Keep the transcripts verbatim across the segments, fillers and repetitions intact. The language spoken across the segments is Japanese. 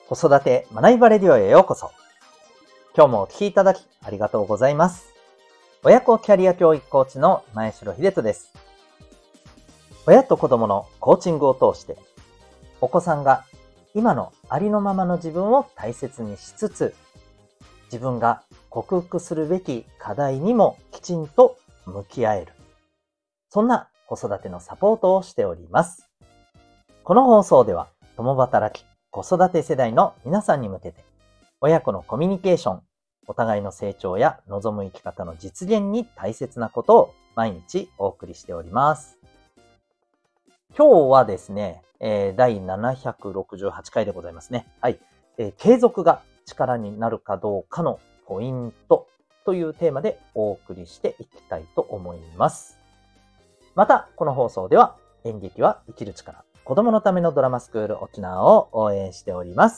子育て学びバレディオへようこそ。今日もお聞きいただきありがとうございます。親子キャリア教育コーチの前城秀人です。親と子供のコーチングを通して、お子さんが今のありのままの自分を大切にしつつ、自分が克服するべき課題にもきちんと向き合える。そんな子育てのサポートをしております。この放送では、共働き、子育て世代の皆さんに向けて、親子のコミュニケーション、お互いの成長や望む生き方の実現に大切なことを毎日お送りしております。今日はですね、えー、だいななひゃくろくじゅうはちかいでございますね。はい、えー。継続が力になるかどうかのポイントというテーマでお送りしていきたいと思います。また、この放送では演劇は生きる力、子供のためのドラマスクール沖縄を応援しております。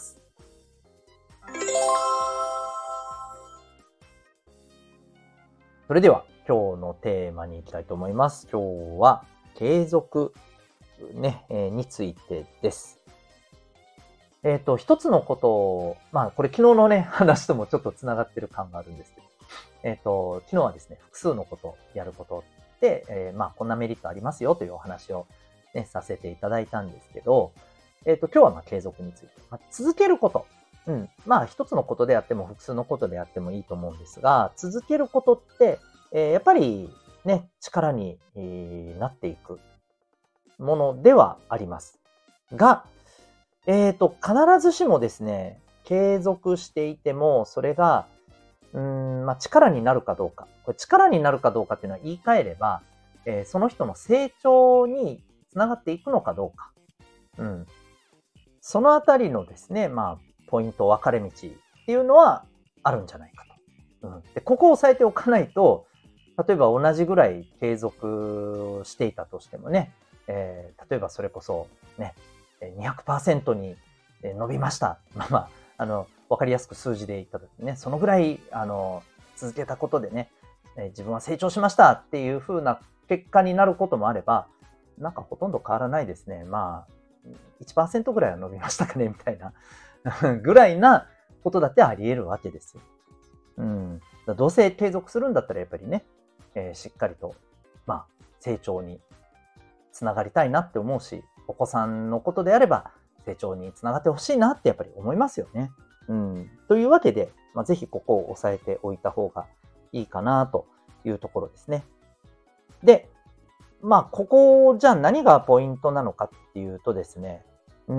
それでは今日のテーマに行きたいと思います。今日は継続、ねえー、についてです。えっと、一つのことを、まあこれ昨日のね、話ともちょっとつながってる感があるんですけど、えっと、昨日はですね、複数のことをやることで、えー、まあこんなメリットありますよというお話をね、させていただいたんですけど、えっと、今日はまあ継続について、まあ、続けること。うん。まあ一つのことであっても複数のことであってもいいと思うんですが、続けることって、えー、やっぱりね、力に、えー、なっていくものではあります。が、えっと、必ずしもですね、継続していても、それが、うーん、まあ力になるかどうか。これ力になるかどうかっていうのは言い換えれば、えー、その人の成長につながっていくのかどうか。うん。そのあたりのですね、まあ、ポイント、分かれ道っていうのはあるんじゃないかと。うん。で、ここを押さえておかないと、例えば同じぐらい継続していたとしてもね、えー、例えばそれこそね、にひゃくパーセント に伸びました。まあまあ、あの、分かりやすく数字で言ったときにね、そのぐらい、あの、続けたことでね、えー、自分は成長しましたっていう風な結果になることもあれば、なんかほとんど変わらないですね。まあ、いちパーセント ぐらいは伸びましたかねみたいなぐらいなことだってあり得るわけですよ。うん。どうせ継続するんだったらやっぱりね、えー、しっかりと、まあ、成長につながりたいなって思うし、お子さんのことであれば成長につながってほしいなってやっぱり思いますよね。うん。というわけで、まあ、ぜひここを押さえておいた方がいいかなというところですね。で、まあ、ここじゃあ何がポイントなのかっていうとですね、うん、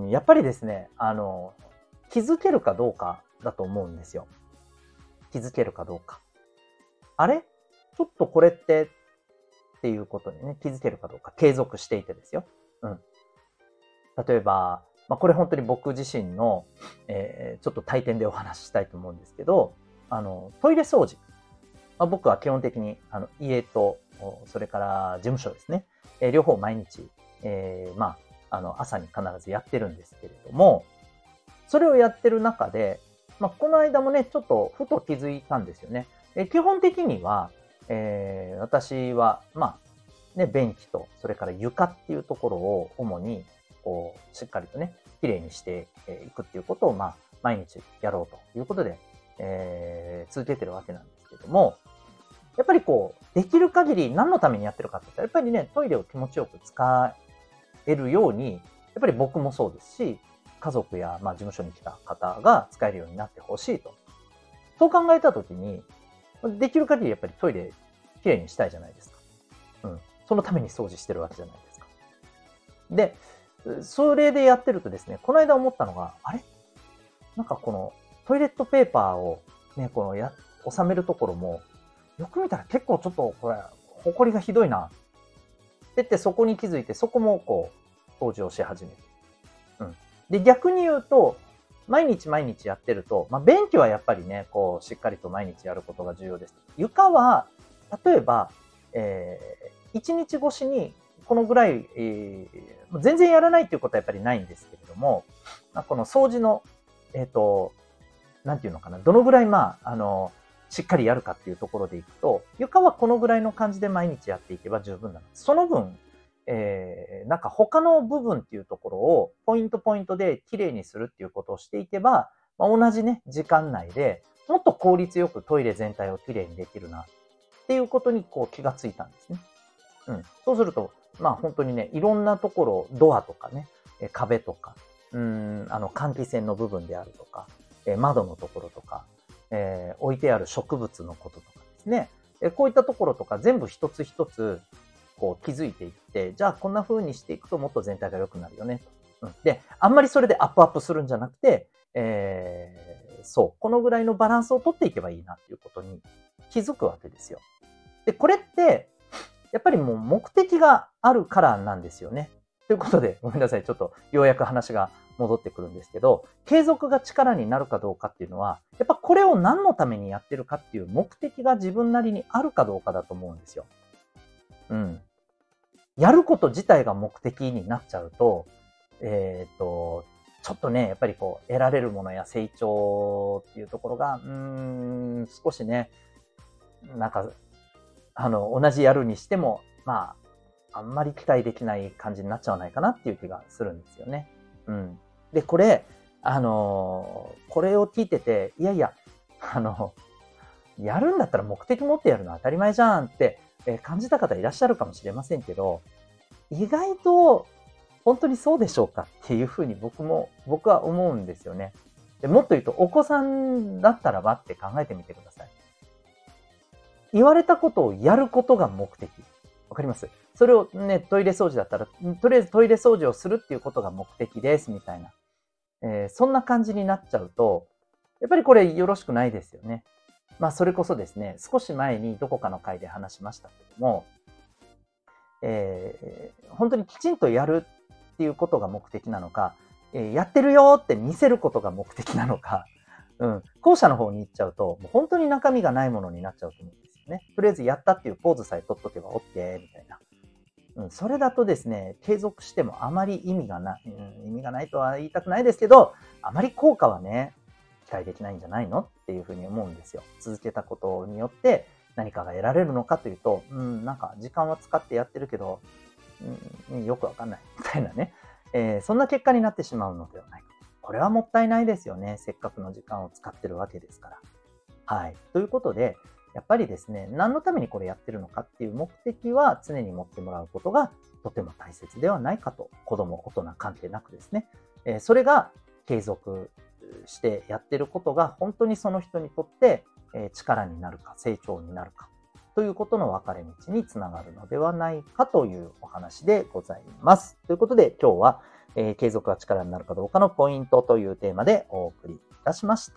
やっぱりですね、あの、気づけるかどうかだと思うんですよ。気づけるかどうか。あれちょっとこれってっていうことにね、気づけるかどうか。継続していてですよ。うん。例えば、まあ、これ本当に僕自身の、えー、ちょっと体験でお話ししたいと思うんですけど、あの、トイレ掃除。まあ、僕は基本的にあの家と、それから事務所ですね。えー、両方毎日、えー、まあ、あの、朝に必ずやってるんですけれども、それをやってる中で、まあ、この間もね、ちょっとふと気づいたんですよね。えー、基本的には、えー、私は、まあ、ね、便器と、それから床っていうところを主に、こう、しっかりとね、きれいにしていくっていうことを、まあ、毎日やろうということで、えー、続けてるわけなんですけども、やっぱりこう、できる限り何のためにやってるかって言ったら、やっぱりね、トイレを気持ちよく使えるように、やっぱり僕もそうですし、家族や、まあ、事務所に来た方が使えるようになってほしいと。そう考えたときに、できる限りやっぱりトイレきれいにしたいじゃないですか。うん。そのために掃除してるわけじゃないですか。で、それでやってるとですね、この間思ったのが、あれなんかこのトイレットペーパーをね、このや、収めるところも、よく見たら結構ちょっとこれ、埃がひどいな。って言ってそこに気づいて、そこもこう、掃除をし始める。うん。で、逆に言うと、毎日毎日やってると、まあ、便器はやっぱりね、こう、しっかりと毎日やることが重要です。床は、例えば、えー、いちにち越しに、このぐらい、えー、全然やらないっていうことはやっぱりないんですけれども、まあ、この掃除の、えっと、なんていうのかな、どのぐらい、まあ、あの、しっかりやるかっていうところでいくと、床はこのぐらいの感じで毎日やっていけば十分なの。その分、 えー、なんか他の部分っていうところをポイントポイントで綺麗にするっていうことをしていけば、まあ、同じね、時間内でもっと効率よくトイレ全体を綺麗にできるなっていうことにこう気がついたんですね。うん。そうすると、まあ本当にね、いろんなところ、ドアとかね、え壁とか、うーん、あの換気扇の部分であるとか、え窓のところとか、えー置いてある植物のこととかですね。えこういったところとか全部一つ一つこう気づいていって、じゃあこんな風にしていくともっと全体が良くなるよねと。うん、で、あんまりそれでアップアップするんじゃなくて、えーそう、このぐらいのバランスをとっていけばいいなっていうことに気づくわけですよ。で、これって、やっぱりもう目的があるからなんですよね。ということで、ごめんなさい。ちょっとようやく話が戻ってくるんですけど、継続が力になるかどうかっていうのは、やっぱこれを何のためにやってるかっていう目的が自分なりにあるかどうかだと思うんですよ。うん。やること自体が目的になっちゃうと、えっと、ちょっとね、やっぱりこう、得られるものや成長っていうところが、うーん、少しね、なんかあの、同じやるにしても、まあ、あんまり期待できない感じになっちゃわないかなっていう気がするんですよね。うん。で、これ、あのーこれを聞いてて、いやいや、あの、やるんだったら目的持ってやるのは当たり前じゃんって、えー感じた方いらっしゃるかもしれませんけど、意外と本当にそうでしょうかっていうふうに僕も、僕は思うんですよね。でもっと言うと、お子さんだったらばって考えてみてください。言われたことをやることが目的。わかります？それをね、トイレ掃除だったら、とりあえずトイレ掃除をするっていうことが目的です、みたいな。えーそんな感じになっちゃうと、やっぱりこれよろしくないですよね。まあ、それこそですね、少し前にどこかの回で話しましたけども、えー本当にきちんとやるっていうことが目的なのか、えーやってるよって見せることが目的なのか、うん、後者の方に行っちゃうと、もう本当に中身がないものになっちゃうと思うんですよね。とりあえずやったっていうポーズさえ取っとけば OK みたいな。うん、それだとですね、継続してもあまり意味がない、うん、意味がないとは言いたくないですけど、あまり効果はね、期待できないんじゃないのっていうふうに思うんですよ。続けたことによって何かが得られるのかというと、うん、なんか時間は使ってやってるけど、うん、よくわかんないみたいなね、えーそんな結果になってしまうのではないか。これはもったいないですよね。せっかくの時間を使ってるわけですから。はい。ということで、やっぱりですね、何のためにこれやってるのかっていう目的は常に持ってもらうことがとても大切ではないかと、子供、大人関係なくですね、えーそれが継続してやってることが本当にその人にとって、えー力になるか、成長になるか、ということの分かれ道につながるのではないかというお話でございます。ということで今日は、えー継続が力になるかどうかのポイントというテーマでお送りいたしました。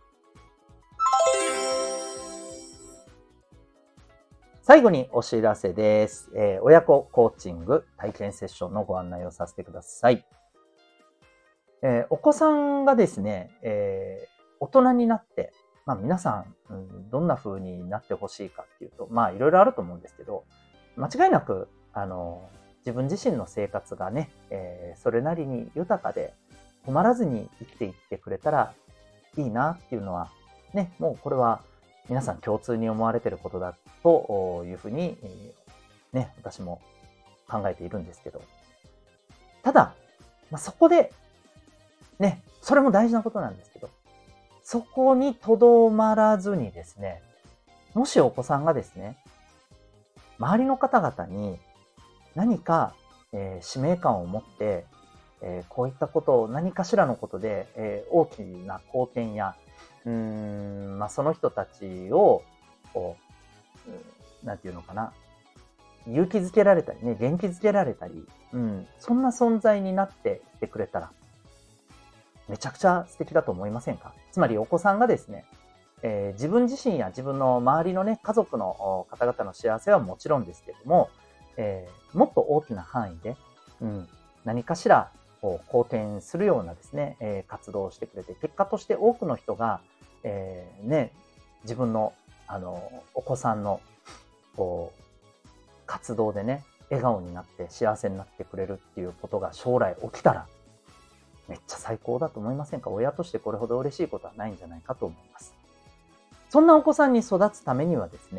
最後にお知らせです。えー親子コーチング体験セッションのご案内をさせてください。えーお子さんがですね、えー大人になって、まあ皆さん、うん、どんな風になってほしいかっていうと、まあいろいろあると思うんですけど、間違いなく、あの、自分自身の生活がね、えーそれなりに豊かで困らずに生きていってくれたらいいなっていうのは、ね、もうこれは皆さん共通に思われていることだというふうに、えーね、私も考えているんですけど、ただ、まあ、そこで、ね、それも大事なことなんですけど、そこにとどまらずにですね、もしお子さんがですね、周りの方々に何か、えー使命感を持って、えーこういったことを何かしらのことで、えー大きな貢献や、うーん、まあ、その人たちを、こう、うんなんていうのかな、勇気づけられたりね、元気づけられたり、うん、そんな存在になっていてくれたら、めちゃくちゃ素敵だと思いませんか？つまりお子さんがですね、えー自分自身や自分の周りのね、家族のお方々の幸せはもちろんですけれども、えーもっと大きな範囲で、うん、何かしらこう貢献するようなですね、えー活動をしてくれて、結果として多くの人が、えーね、自分の、あの、お子さんの、こう、活動でね、笑顔になって幸せになってくれるっていうことが将来起きたら、めっちゃ最高だと思いませんか？親としてこれほど嬉しいことはないんじゃないかと思います。そんなお子さんに育つためにはですね、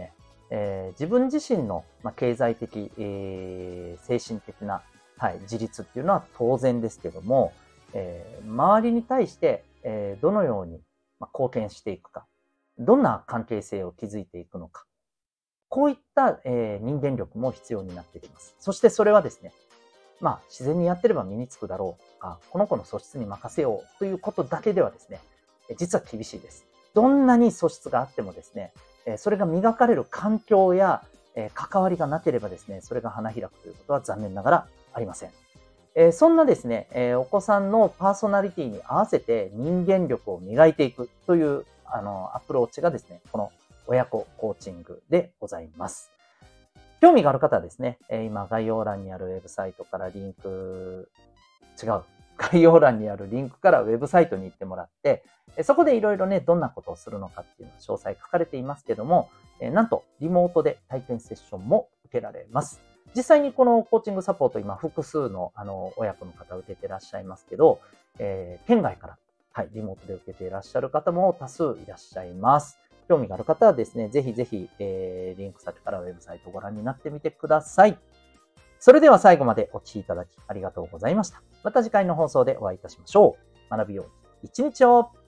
えー自分自身の、まあ、経済的、えー精神的な、はい、自立っていうのは当然ですけども、えー周りに対して、えーどのように、まあ、貢献していくか、どんな関係性を築いていくのか、こういった、えー人間力も必要になってきます。そしてそれはですね、まあ、自然にやってれば身につくだろうとか、この子の素質に任せようということだけではですね、実は厳しいです。どんなに素質があってもですね、それが磨かれる環境や関わりがなければですね、それが花開くということは残念ながらありません。そんなですね、お子さんのパーソナリティに合わせて人間力を磨いていくというあのアプローチがですね、この親子コーチングでございます。興味がある方はですね、今概要欄にあるウェブサイトからリンク、違う、概要欄にあるリンクからウェブサイトに行ってもらって、そこでいろいろね、どんなことをするのかっていうの詳細書かれていますけども、なんとリモートで体験セッションも受けられます。実際にこのコーチングサポート、今複数のあの親子の方受けてらっしゃいますけど、えー、県外から、はい、リモートで受けていらっしゃる方も多数いらっしゃいます。興味がある方はですね、ぜひぜひ、えー、リンク先からウェブサイトをご覧になってみてください。それでは最後までお聞きいただきありがとうございました。また次回の放送でお会いいたしましょう。学びよう一日を